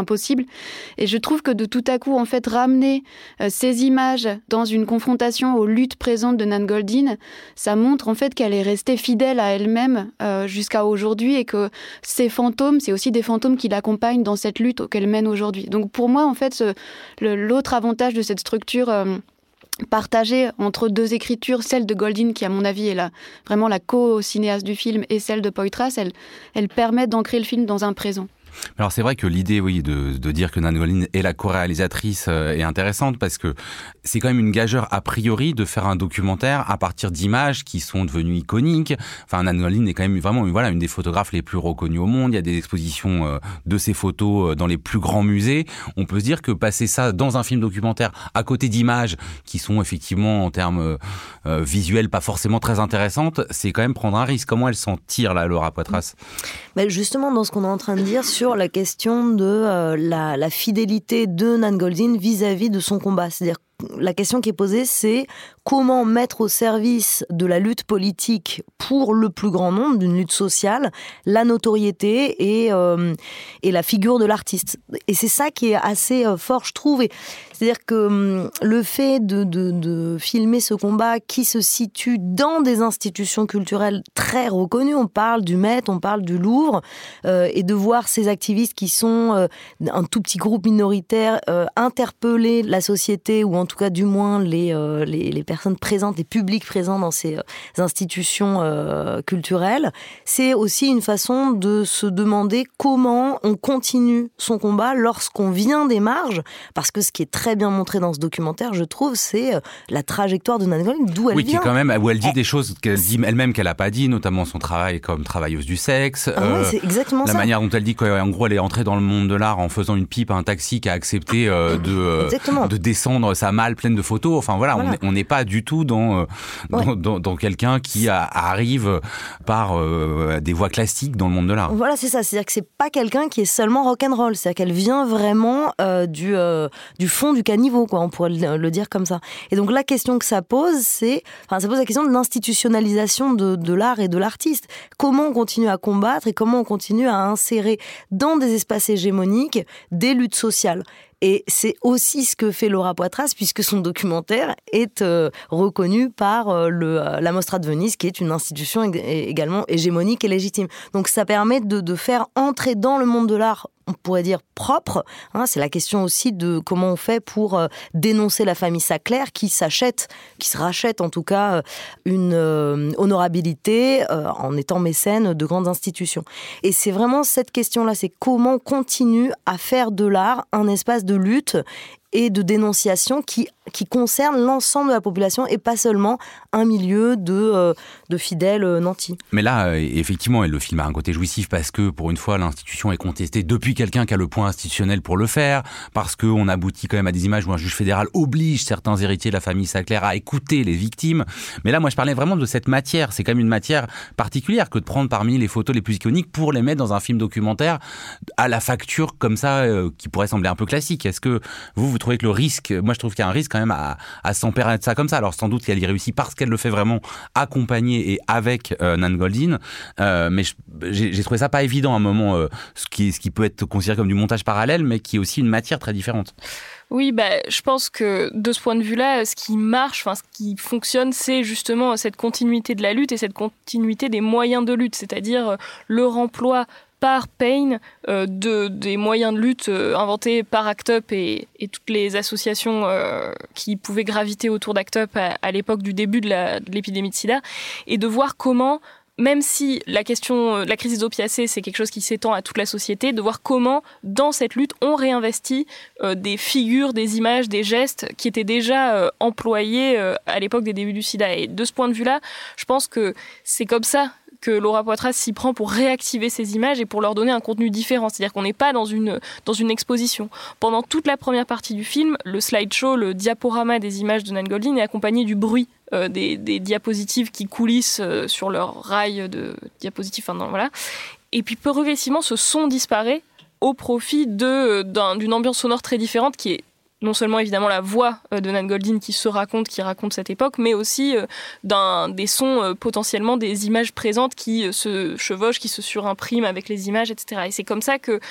impossible. Et je trouve que de tout à coup, en fait, ramener euh, ces images dans une confrontation aux luttes présentes de Nan Goldin, ça montre en fait qu'elle est restée fidèle à elle-même euh, jusqu'à aujourd'hui et que ces fantômes, c'est aussi des fantômes qui l'accompagnent dans cette lutte qu'elle mène aujourd'hui. Donc pour moi, en fait, ce, le, l'autre avantage de cette structure euh, partagée entre deux écritures, celle de Goldin, qui à mon avis est la, vraiment la co-cinéaste du film, et celle de Poitras, elle, elle permet d'ancrer le film dans un présent. Alors c'est vrai que l'idée, oui, de, de dire que Nan Goldin est la co-réalisatrice euh, est intéressante parce que c'est quand même une gageure a priori de faire un documentaire à partir d'images qui sont devenues iconiques. Enfin, Nan Goldin est quand même vraiment, voilà, une des photographes les plus reconnues au monde. Il y a des expositions euh, de ses photos euh, dans les plus grands musées. On peut se dire que passer ça dans un film documentaire à côté d'images qui sont effectivement en termes euh, visuels pas forcément très intéressantes, c'est quand même prendre un risque. Comment elle s'en tire là, Laura Poitras ? Ben justement, dans ce qu'on est en train de dire sur la question de euh, la, la fidélité de Nan Goldin vis-à-vis de son combat. C'est-à-dire la question qui est posée, c'est comment mettre au service de la lutte politique pour le plus grand nombre, d'une lutte sociale, la notoriété et, euh, et la figure de l'artiste. Et c'est ça qui est assez euh, fort, je trouve. Et c'est-à-dire que euh, le fait de, de, de filmer ce combat qui se situe dans des institutions culturelles très reconnues, on parle du Met, on parle du Louvre, euh, et de voir ces activistes qui sont euh, un tout petit groupe minoritaire euh, interpeller la société, ou en tout cas du moins les, euh, les, les personnes présentes, les publics présents dans ces euh, institutions euh, culturelles, c'est aussi une façon de se demander comment on continue son combat lorsqu'on vient des marges, parce que ce qui est très bien montré dans ce documentaire, je trouve, c'est euh, la trajectoire de Nan Goldin, d'où elle oui, vient. Oui, quand même, où elle dit elle... des choses qu'elle dit elle-même qu'elle n'a pas dit, notamment son travail comme travailleuse du sexe. Ah euh, ouais, c'est exactement la ça. manière dont elle dit qu'en gros, elle est entrée dans le monde de l'art en faisant une pipe à un taxi qui a accepté euh, de, euh, de descendre sa malle pleine de photos. Enfin voilà, voilà. on n'est pas du tout dans, euh, dans, ouais. dans, dans quelqu'un qui a, arrive par euh, des voies classiques dans le monde de l'art. Voilà, c'est ça. C'est-à-dire que c'est pas quelqu'un qui est seulement rock'n'roll. C'est-à-dire qu'elle vient vraiment euh, du, euh, du fond du caniveau, quoi. On pourrait le, le dire comme ça. Et donc la question que ça pose, c'est, enfin, ça pose la question de l'institutionnalisation de, de l'art et de l'artiste. Comment on continue à combattre et comment on continue à insérer dans des espaces hégémoniques des luttes sociales. Et c'est aussi ce que fait Laura Poitras, puisque son documentaire est euh, reconnu par euh, le, euh, la Mostra de Venise, qui est une institution ég- également hégémonique et légitime. Donc ça permet de, de faire entrer dans le monde de l'art, on pourrait dire propre, hein, c'est la question aussi de comment on fait pour euh, dénoncer la famille Sackler, qui s'achète, qui se rachète en tout cas euh, une euh, honorabilité euh, en étant mécène de grandes institutions. Et c'est vraiment cette question-là, c'est comment on continue à faire de l'art un espace de lutte et de dénonciation qui, qui concerne l'ensemble de la population et pas seulement un milieu de, euh, de fidèles euh, nantis. Mais là, euh, effectivement, le film a un côté jouissif parce que, pour une fois, l'institution est contestée depuis quelqu'un qui a le point institutionnel pour le faire, parce qu'on aboutit quand même à des images où un juge fédéral oblige certains héritiers de la famille Sackler à écouter les victimes. Mais là, moi, je parlais vraiment de cette matière. C'est quand même une matière particulière que de prendre parmi les photos les plus iconiques pour les mettre dans un film documentaire à la facture comme ça, euh, qui pourrait sembler un peu classique. Est-ce que vous, vous trouvez que le risque, moi je trouve qu'il y a un risque quand même à, à s'emparer de ça comme ça. Alors sans doute qu'elle y réussit parce qu'elle le fait vraiment accompagnée et avec euh, Nan Goldin, euh, mais je, j'ai, j'ai trouvé ça pas évident à un moment, euh, ce, qui, ce qui peut être considéré comme du montage parallèle, mais qui est aussi une matière très différente. Oui, bah, je pense que de ce point de vue-là, ce qui marche, enfin, ce qui fonctionne, c'est justement cette continuité de la lutte et cette continuité des moyens de lutte, c'est-à-dire le remploi par Payne euh, de, des moyens de lutte euh, inventés par ACT UP et, et toutes les associations euh, qui pouvaient graviter autour d'ACT UP à, à l'époque du début de, la, de l'épidémie de sida, et de voir comment, même si la question, la crise des opiacés, c'est quelque chose qui s'étend à toute la société, de voir comment, dans cette lutte, on réinvestit euh, des figures, des images, des gestes qui étaient déjà euh, employés euh, à l'époque des débuts du sida. Et de ce point de vue-là, je pense que c'est comme ça que Laura Poitras s'y prend pour réactiver ces images et pour leur donner un contenu différent. C'est-à-dire qu'on n'est pas dans une, dans une exposition. Pendant toute la première partie du film, le slideshow, le diaporama des images de Nan Goldin est accompagné du bruit euh, des, des diapositives qui coulissent euh, sur leur rail de diapositives. Enfin, non, voilà. Et puis progressivement, ce son disparaît au profit de, d'un, d'une ambiance sonore très différente qui est non seulement évidemment la voix de Nan Goldin qui se raconte, qui raconte cette époque, mais aussi d'un, des sons, potentiellement des images présentes qui se chevauchent, qui se surimpriment avec les images, et cetera. Et c'est comme ça que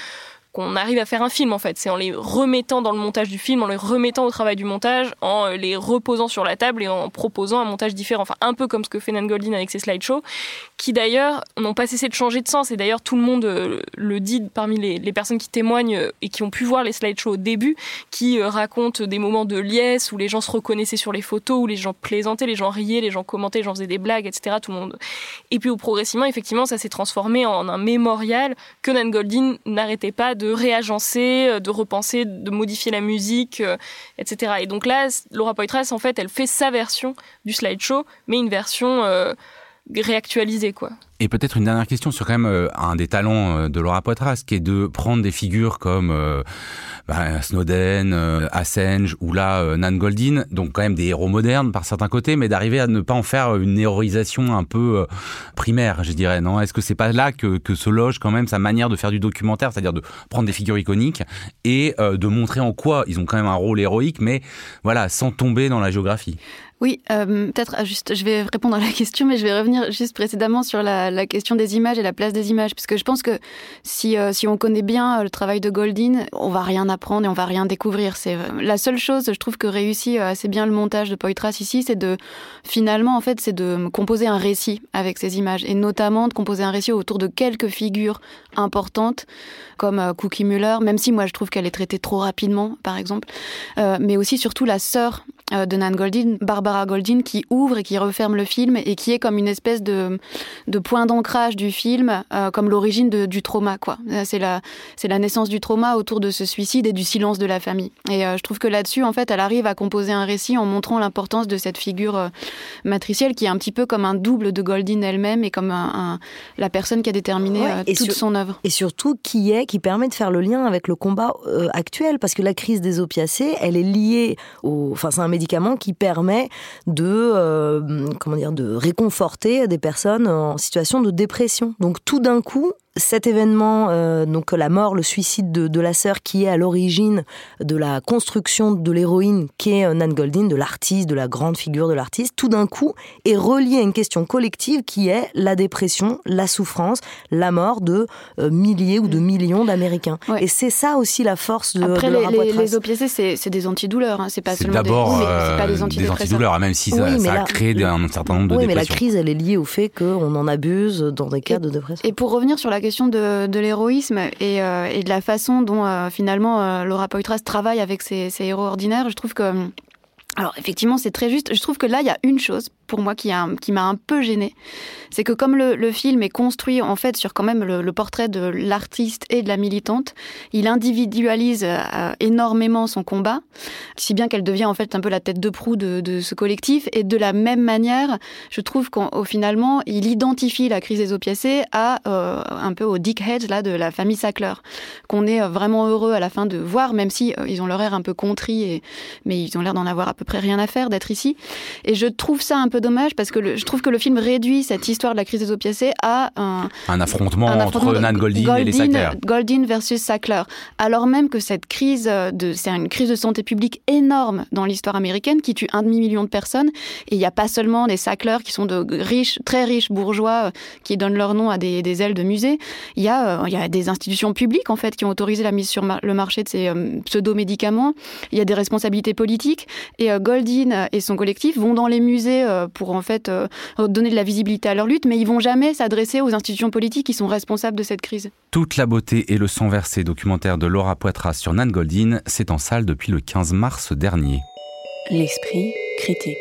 qu'on arrive à faire un film, en fait. C'est en les remettant dans le montage du film, en les remettant au travail du montage, en les reposant sur la table et en proposant un montage différent. Enfin, un peu comme ce que fait Nan Goldin avec ses slideshows, qui d'ailleurs n'ont pas cessé de changer de sens. Et d'ailleurs, tout le monde euh, le dit parmi les, les personnes qui témoignent euh, et qui ont pu voir les slideshows au début, qui euh, racontent des moments de liesse où les gens se reconnaissaient sur les photos, où les gens plaisantaient, les gens riaient, les gens commentaient, les gens faisaient des blagues, et cetera. Tout le monde. Et puis, au progressivement, effectivement, ça s'est transformé en un mémorial que Nan Goldin n'arrêtait pas de réagencer, de repenser, de modifier la musique, euh, et cetera. Et donc là, Laura Poitras, en fait, elle fait sa version du slideshow, mais une version euh, réactualisée, quoi. Et peut-être une dernière question sur quand même euh, un des talents euh, de Laura Poitras, qui est de prendre des figures comme euh, bah, Snowden, euh, Assange ou là euh, Nan Goldin, donc quand même des héros modernes par certains côtés, mais d'arriver à ne pas en faire une héroïsation un peu euh, primaire, je dirais. Non, est-ce que c'est pas là que, que se loge quand même sa manière de faire du documentaire, c'est-à-dire de prendre des figures iconiques et euh, de montrer en quoi ils ont quand même un rôle héroïque, mais voilà, sans tomber dans la géographie. Oui, euh, peut-être juste, je vais répondre à la question, mais je vais revenir juste précédemment sur la, la question des images et la place des images, parce que je pense que si euh, si on connaît bien le travail de Goldin, on va rien apprendre et on va rien découvrir. C'est euh, la seule chose, je trouve, que réussit assez bien le montage de Poitras ici, c'est de finalement, en fait, c'est de composer un récit avec ces images, et notamment de composer un récit autour de quelques figures importantes, comme euh, Cookie Muller, même si moi je trouve qu'elle est traitée trop rapidement, par exemple, euh, mais aussi surtout la sœur de Nan Goldin, Barbara Goldin, qui ouvre et qui referme le film et qui est comme une espèce de, de point d'ancrage du film, euh, comme l'origine de, du trauma, quoi. C'est la, c'est la naissance du trauma autour de ce suicide et du silence de la famille. Et euh, je trouve que là-dessus, en fait, elle arrive à composer un récit en montrant l'importance de cette figure euh, matricielle qui est un petit peu comme un double de Goldin elle-même et comme un, un, la personne qui a déterminé ouais, euh, toute sur, son œuvre. Et surtout, qui est, qui permet de faire le lien avec le combat euh, actuel, parce que la crise des opiacés, elle est liée au... Enfin, c'est un médicament qui permet de, euh, comment dire, de réconforter des personnes en situation de dépression. Donc tout d'un coup, cet événement, euh, donc la mort, le suicide de, de la sœur qui est à l'origine de la construction de l'héroïne qui est Nan Goldin, de l'artiste, de la grande figure de l'artiste, tout d'un coup est relié à une question collective qui est la dépression, la souffrance, la mort de euh, milliers ou de millions d'Américains. Ouais. Et c'est ça aussi la force de, Après, de Laura Poitras. Après, les, les opiacés, c'est, c'est des antidouleurs, hein. C'est pas c'est seulement d'abord des, euh, c'est pas des antidépresseurs. Des antidouleurs, même si ça, oui, ça la, a créé des, un certain nombre de oui, dépressions. Oui, mais la crise, elle est liée au fait qu'on en abuse dans des cas et, de dépression. Et pour revenir sur la question de, de l'héroïsme et, euh, et de la façon dont euh, finalement euh, Laura Poitras travaille avec ses, ses héros ordinaires, je trouve que... Alors effectivement, c'est très juste. Je trouve que là, il y a une chose pour moi qui, a, qui m'a un peu gênée. C'est que comme le, le film est construit en fait sur quand même le, le portrait de l'artiste et de la militante, il individualise euh, énormément son combat, si bien qu'elle devient en fait un peu la tête de proue de, de ce collectif. Et de la même manière, je trouve qu'au finalement, il identifie la crise des opiacés à euh, un peu aux dickheads là de la famille Sackler, qu'on est vraiment heureux à la fin de voir, même si euh, ils ont leur air un peu contrit, et, mais ils ont l'air d'en avoir à peu près rien à faire d'être ici. Et je trouve ça un peu dommage parce que le, je trouve que le film réduit cette histoire de la crise des opiacés à un, un affrontement un entre affrontement Nan Goldin, Goldin et les Sackler. Goldin versus Sackler. Alors même que cette crise, de, c'est une crise de santé publique énorme dans l'histoire américaine qui tue un demi-million de personnes. Et il n'y a pas seulement des Sackler qui sont de riches, très riches bourgeois qui donnent leur nom à des, des ailes de musée. Il y a, euh, il y a des institutions publiques en fait qui ont autorisé la mise sur mar- le marché de ces euh, pseudo-médicaments. Il y a des responsabilités politiques. Et euh, Goldin et son collectif vont dans les musées euh, pour en fait euh, donner de la visibilité à leur lutte, mais ils vont jamais s'adresser aux institutions politiques qui sont responsables de cette crise. Toute la beauté et le sang versé documentaire de Laura Poitras sur Nan Goldin, c'est en salle depuis le quinze mars dernier. L'esprit critique.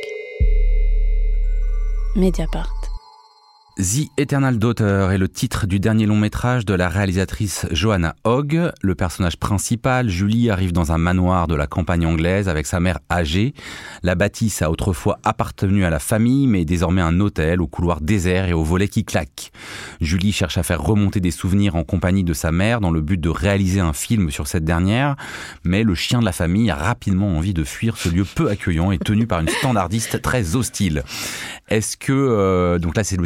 Mediapart. The Eternal Daughter est le titre du dernier long métrage de la réalisatrice Joanna Hogg. Le personnage principal, Julie, arrive dans un manoir de la campagne anglaise avec sa mère âgée. La bâtisse a autrefois appartenu à la famille, mais est désormais un hôtel au couloir désert et aux volets qui claquent. Julie cherche à faire remonter des souvenirs en compagnie de sa mère dans le but de réaliser un film sur cette dernière, mais le chien de la famille a rapidement envie de fuir ce lieu peu accueillant et tenu par une standardiste très hostile. Est-ce que, euh, donc là c'est le sixième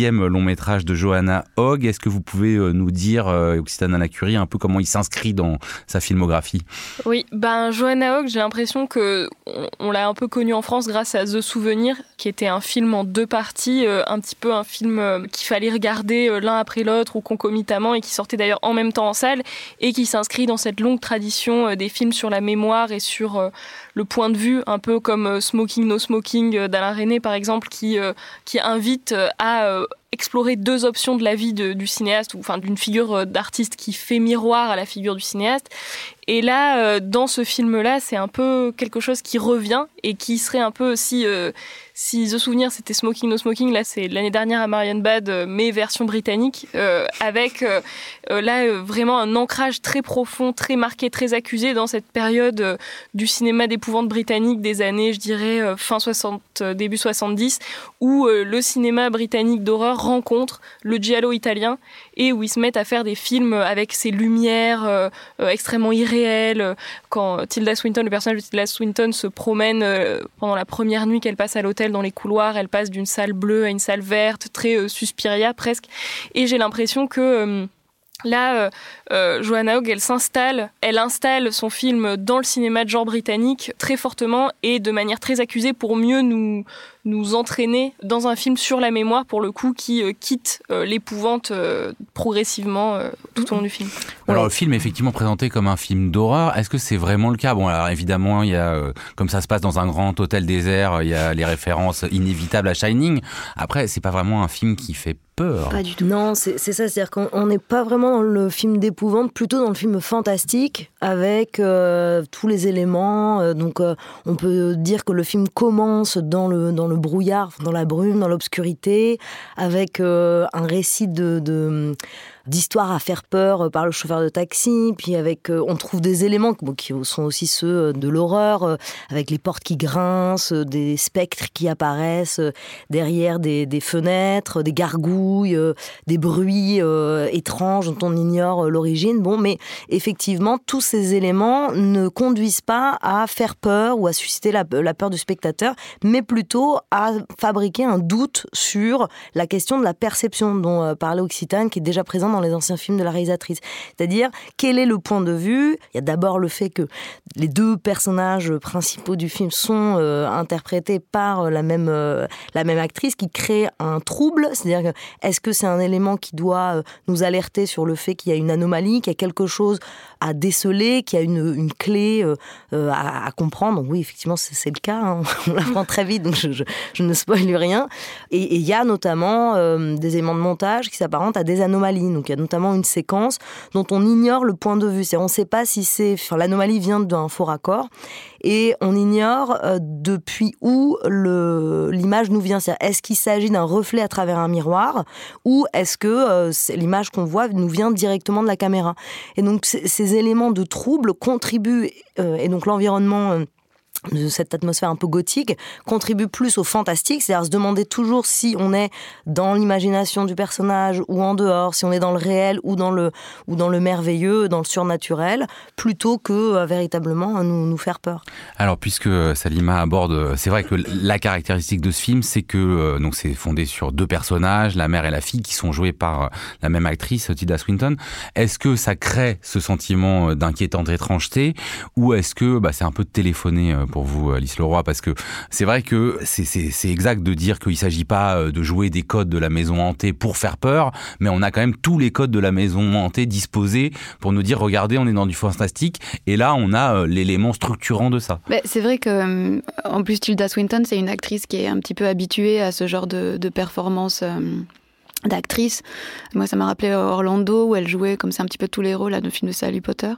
deuxième long métrage de Johanna Hogg. Est-ce que vous pouvez nous dire, Occitane à la Curie, un peu comment il s'inscrit dans sa filmographie? Oui, ben Johanna Hogg, j'ai l'impression que on, on l'a un peu connue en France grâce à The Souvenir, qui était un film en deux parties, euh, un petit peu un film euh, qu'il fallait regarder euh, l'un après l'autre ou concomitamment et qui sortait d'ailleurs en même temps en salle et qui s'inscrit dans cette longue tradition euh, des films sur la mémoire et sur euh, le point de vue, un peu comme euh, Smoking No Smoking euh, d'Alain Resnais par exemple, qui, euh, qui invite euh, à euh, explorer deux options de la vie de, du cinéaste, ou enfin d'une figure d'artiste qui fait miroir à la figure du cinéaste. Et là, euh, dans ce film-là, c'est un peu quelque chose qui revient et qui serait un peu si euh, si The Souvenir c'était Smoking No Smoking, là c'est l'année dernière à Marienbad, euh, mais version britannique, euh, avec euh, euh, là euh, vraiment un ancrage très profond, très marqué, très accusé dans cette période euh, du cinéma d'épouvante britannique des années, je dirais euh, fin soixante, euh, début soixante-dix, où euh, le cinéma britannique d'horreur rencontre le giallo italien et où ils se mettent à faire des films avec ces lumières euh, euh, extrêmement irréelles. Quand Tilda Swinton, le personnage de Tilda Swinton se promène euh, pendant la première nuit qu'elle passe à l'hôtel dans les couloirs, elle passe d'une salle bleue à une salle verte, très euh, Suspiria presque. Et j'ai l'impression que euh, là, euh, euh, Johanna Hogg, elle s'installe, elle installe son film dans le cinéma de genre britannique très fortement et de manière très accusée pour mieux nous nous entraîner dans un film sur la mémoire, pour le coup, qui euh, quitte euh, l'épouvante euh, progressivement euh, tout au long du film. Alors, le film est effectivement présenté comme un film d'horreur. Est-ce que c'est vraiment le cas? Bon, alors évidemment, il y a, euh, comme ça se passe dans un grand hôtel désert, il y a les références inévitables à Shining. Après, c'est pas vraiment un film qui fait peur. Pas du tout. Non, c'est, c'est ça, c'est-à-dire qu'on n'est pas vraiment dans le film d'épouvante, plutôt dans le film fantastique, avec euh, tous les éléments. Euh, donc, euh, on peut dire que le film commence dans le, dans le brouillard, dans la brume, dans l'obscurité, avec euh, un récit de... de d'histoire à faire peur par le chauffeur de taxi, puis avec euh, on trouve des éléments bon, qui sont aussi ceux de l'horreur, euh, avec les portes qui grincent, euh, des spectres qui apparaissent euh, derrière des, des fenêtres, des gargouilles, euh, des bruits euh, étranges dont on ignore euh, l'origine. Bon, mais effectivement, tous ces éléments ne conduisent pas à faire peur ou à susciter la, la peur du spectateur, mais plutôt à fabriquer un doute sur la question de la perception dont euh, parlait Occitane, qui est déjà présente dans les anciens films de la réalisatrice. C'est-à-dire, quel est le point de vue? Il y a d'abord le fait que les deux personnages principaux du film sont euh, interprétés par la même, euh, la même actrice, qui crée un trouble. C'est-à-dire, que, est-ce que c'est un élément qui doit euh, nous alerter sur le fait qu'il y a une anomalie, qu'il y a quelque chose à déceler, qu'il y a une, une clé euh, à, à comprendre? Donc oui, effectivement, c'est, c'est le cas. Hein. On l'apprend très vite, donc je, je, je ne spoil rien. Et il y a notamment euh, des éléments de montage qui s'apparentent à des anomalies. Donc il y a notamment une séquence dont on ignore le point de vue. C'est-à-dire, on ne sait pas si c'est... Enfin, l'anomalie vient d'un faux raccord et on ignore euh, depuis où le, l'image nous vient. C'est-à-dire, est-ce qu'il s'agit d'un reflet à travers un miroir ou est-ce que euh, c'est, l'image qu'on voit nous vient directement de la caméra? Et donc ces éléments de trouble contribuent, euh, et donc l'environnement... Euh, de cette atmosphère un peu gothique, contribue plus au fantastique, c'est-à-dire se demander toujours si on est dans l'imagination du personnage ou en dehors, si on est dans le réel ou dans le, ou dans le merveilleux, dans le surnaturel, plutôt que euh, véritablement nous, nous faire peur. Alors, puisque Salima aborde, c'est vrai que la caractéristique de ce film, c'est que euh, donc c'est fondé sur deux personnages, la mère et la fille, qui sont joués par la même actrice, Tilda Swinton. Est-ce que ça crée ce sentiment d'inquiétante étrangeté, ou est-ce que bah, c'est un peu téléphoné pour vous, Alice Leroy, parce que c'est vrai que c'est, c'est, c'est exact de dire qu'il ne s'agit pas de jouer des codes de la maison hantée pour faire peur, mais on a quand même tous les codes de la maison hantée disposés pour nous dire, regardez, on est dans du fantastique, et là, on a l'élément structurant de ça. Bah, c'est vrai que, en plus, Tilda Swinton, c'est une actrice qui est un petit peu habituée à ce genre de, de performance euh, d'actrice. Moi, ça m'a rappelé Orlando, où elle jouait comme ça un petit peu tous les rôles là, de films de Harry Potter.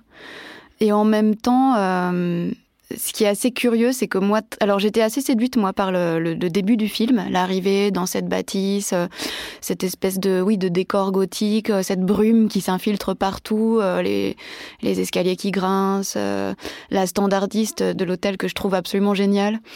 Et en même temps... Euh, ce qui est assez curieux, c'est que moi... Alors, j'étais assez séduite, moi, par le, le, le début du film, l'arrivée dans cette bâtisse, euh, cette espèce de, oui, de décor gothique, euh, cette brume qui s'infiltre partout, euh, les, les escaliers qui grincent, euh, la standardiste de l'hôtel que je trouve absolument géniale.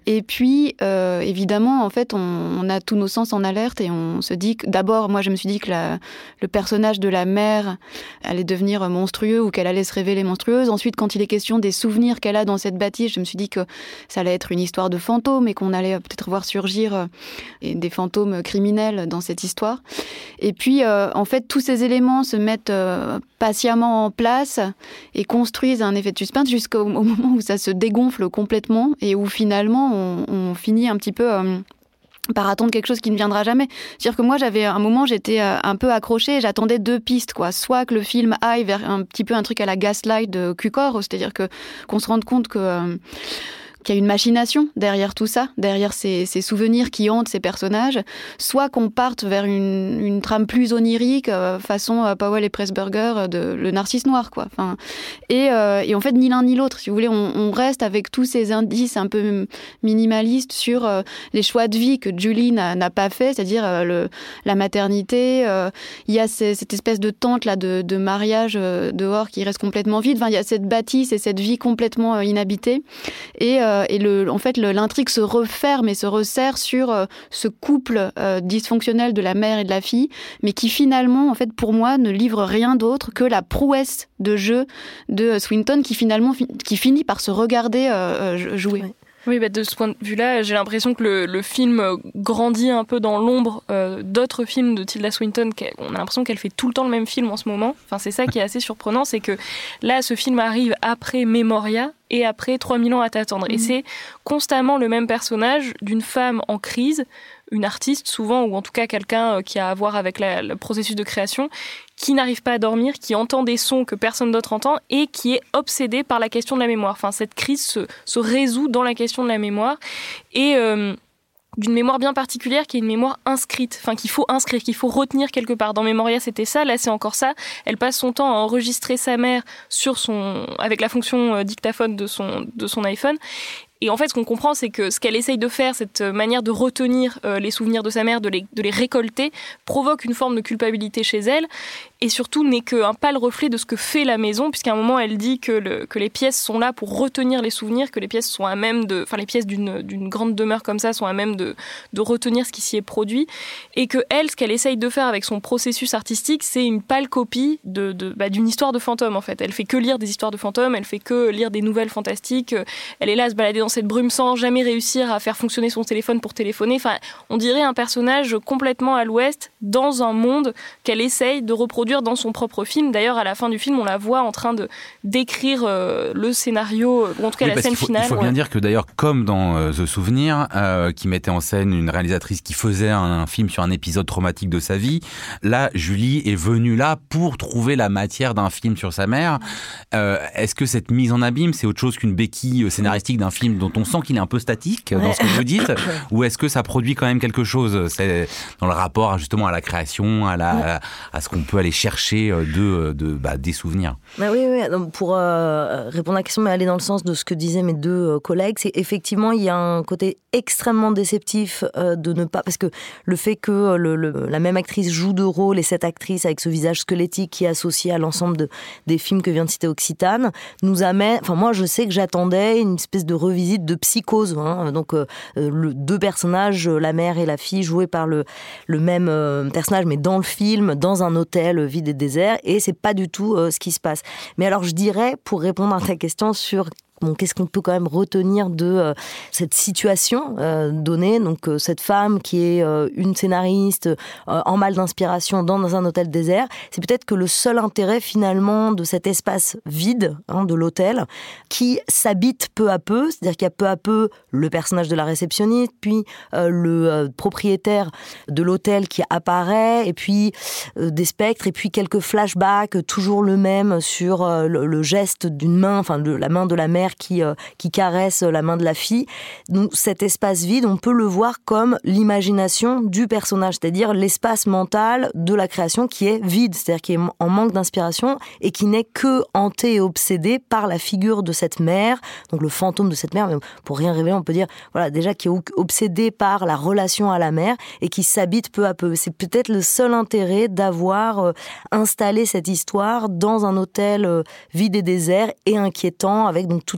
Et puis, euh, évidemment, en fait, on, on a tous nos sens en alerte et on se dit que, d'abord, moi, je me suis dit que la, le personnage de la mère allait devenir monstrueux ou qu'elle allait se révéler monstrueuse. Ensuite, quand il est question des souvenirs qu'elle a dans cette bâtisse, je me suis dit que ça allait être une histoire de fantômes et qu'on allait peut-être voir surgir euh, des fantômes criminels dans cette histoire. Et puis, euh, en fait, tous ces éléments se mettent euh, patiemment en place et construisent un effet de suspense jusqu'au au moment où ça se dégonfle complètement et où finalement on, on finit un petit peu euh, par attendre quelque chose qui ne viendra jamais. C'est-à-dire que moi, j'avais un moment, j'étais euh, un peu accrochée et j'attendais deux pistes, quoi. Soit que le film aille vers un petit peu un truc à la Gaslight de Cukor, c'est-à-dire que qu'on se rende compte que euh, qu'il y a une machination derrière tout ça, derrière ces, ces souvenirs qui hantent ces personnages, soit qu'on parte vers une, une trame plus onirique, euh, façon euh, Powell et Pressburger de Le Narcisse Noir, quoi. Enfin, et, euh, et en fait, ni l'un ni l'autre, si vous voulez, on, on reste avec tous ces indices un peu minimalistes sur euh, les choix de vie que Julie n'a, n'a pas fait, c'est-à-dire euh, le, la maternité. Euh, il y a ces, cette espèce de tente là de, de mariage euh, dehors qui reste complètement vide. Enfin, il y a cette bâtisse et cette vie complètement euh, inhabitée. Et euh, Et le, en fait, le, l'intrigue se referme et se resserre sur euh, ce couple euh, dysfonctionnel de la mère et de la fille, mais qui finalement, en fait, pour moi, ne livre rien d'autre que la prouesse de jeu de Swinton, qui finalement fi- qui finit par se regarder euh, jouer. Ouais. Oui, bah de ce point de vue-là, j'ai l'impression que le, le film grandit un peu dans l'ombre euh, d'autres films de Tilda Swinton. On a l'impression qu'elle fait tout le temps le même film en ce moment. Enfin, c'est ça qui est assez surprenant, c'est que là, ce film arrive après Memoria et après trois mille ans à t'attendre. Mmh. Et c'est constamment le même personnage d'une femme en crise, une artiste souvent, ou en tout cas quelqu'un qui a à voir avec la, le processus de création, qui n'arrive pas à dormir, qui entend des sons que personne d'autre entend et qui est obsédé par la question de la mémoire. Enfin, cette crise se, se résout dans la question de la mémoire et euh, d'une mémoire bien particulière qui est une mémoire inscrite, enfin qu'il faut inscrire, qu'il faut retenir quelque part. Dans Memoria, c'était ça, là c'est encore ça. Elle passe son temps à enregistrer sa mère sur son, avec la fonction dictaphone de son, de son iPhone. Et en fait, ce qu'on comprend, c'est que ce qu'elle essaye de faire, cette manière de retenir euh, les souvenirs de sa mère, de les, de les récolter, provoque une forme de culpabilité chez elle, et surtout n'est qu'un pâle reflet de ce que fait la maison, puisqu'à un moment, elle dit que, le, que les pièces sont là pour retenir les souvenirs, que les pièces sont à même de, enfin les pièces d'une, d'une grande demeure comme ça sont à même de, de retenir ce qui s'y est produit, et que elle, ce qu'elle essaye de faire avec son processus artistique, c'est une pâle copie de, de, bah, d'une histoire de fantôme, en fait. Elle fait que lire des histoires de fantômes, elle fait que lire des nouvelles fantastiques, elle est là à se balader dans cette brume sans jamais réussir à faire fonctionner son téléphone pour téléphoner. Enfin, on dirait un personnage complètement à l'ouest dans un monde qu'elle essaye de reproduire dans son propre film. D'ailleurs, à la fin du film, on la voit en train de d'écrire euh, le scénario, ou en tout cas oui, la scène faut, finale. Il faut ouais. bien dire que d'ailleurs, comme dans euh, The Souvenir, euh, qui mettait en scène une réalisatrice qui faisait un, un film sur un épisode traumatique de sa vie, là, Julie est venue là pour trouver la matière d'un film sur sa mère. Euh, est-ce que cette mise en abîme, c'est autre chose qu'une béquille scénaristique d'un film dont on sent qu'il est un peu statique dans ce que vous dites, ou est-ce que ça produit quand même quelque chose, c'est dans le rapport justement à la création, à, la, à ce qu'on peut aller chercher de, de, bah, des souvenirs? Bah oui, oui, donc pour euh, répondre à la question, mais aller dans le sens de ce que disaient mes deux collègues, c'est effectivement, il y a un côté extrêmement déceptif euh, de ne pas... Parce que le fait que le, le, la même actrice joue deux rôles, et cette actrice avec ce visage squelettique qui est associé à l'ensemble de, des films que vient de citer Occitane, nous amène... Enfin, moi, je sais que j'attendais une espèce de revisite de Psychose, hein, donc euh, le, deux personnages, la mère et la fille, joués par le, le même euh, personnage, mais dans le film, dans un hôtel vide et désert, et c'est pas du tout euh, ce qui se passe. Mais alors je dirais, pour répondre à ta question sur bon, qu'est-ce qu'on peut quand même retenir de euh, cette situation euh, donnée, donc euh, cette femme qui est euh, une scénariste euh, en mal d'inspiration dans, dans un hôtel désert, c'est peut-être que le seul intérêt finalement de cet espace vide hein, de l'hôtel qui s'habite peu à peu, c'est-à-dire qu'il y a peu à peu le personnage de la réceptionniste, puis euh, le euh, propriétaire de l'hôtel qui apparaît, et puis euh, des spectres, et puis quelques flashbacks, toujours le même sur euh, le, le geste d'une main, enfin de la main de la mère Qui, euh, qui caresse la main de la fille. Donc cet espace vide, on peut le voir comme l'imagination du personnage, c'est-à-dire l'espace mental de la création qui est vide, c'est-à-dire qui est en manque d'inspiration et qui n'est que hanté et obsédé par la figure de cette mère, donc le fantôme de cette mère, mais pour rien révéler, on peut dire, voilà, déjà qui est obsédé par la relation à la mère et qui s'habite peu à peu. C'est peut-être le seul intérêt d'avoir euh, installé cette histoire dans un hôtel euh, vide et désert et inquiétant, avec donc toute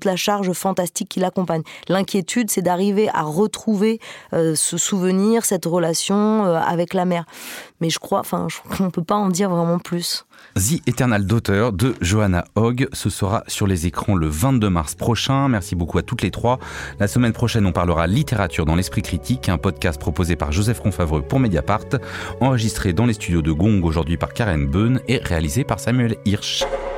toute la charge fantastique qui l'accompagne. L'inquiétude, c'est d'arriver à retrouver euh, ce souvenir, cette relation euh, avec la mère. Mais je crois, enfin, je crois qu'on ne peut pas en dire vraiment plus. The Eternal Daughter de Johanna Hogg, ce sera sur les écrans le vingt-deux mars prochain. Merci beaucoup à toutes les trois. La semaine prochaine, on parlera littérature dans l'esprit critique, un podcast proposé par Joseph Confavreux pour Mediapart, enregistré dans les studios de Gong aujourd'hui par Karen Beun et réalisé par Samuel Hirsch.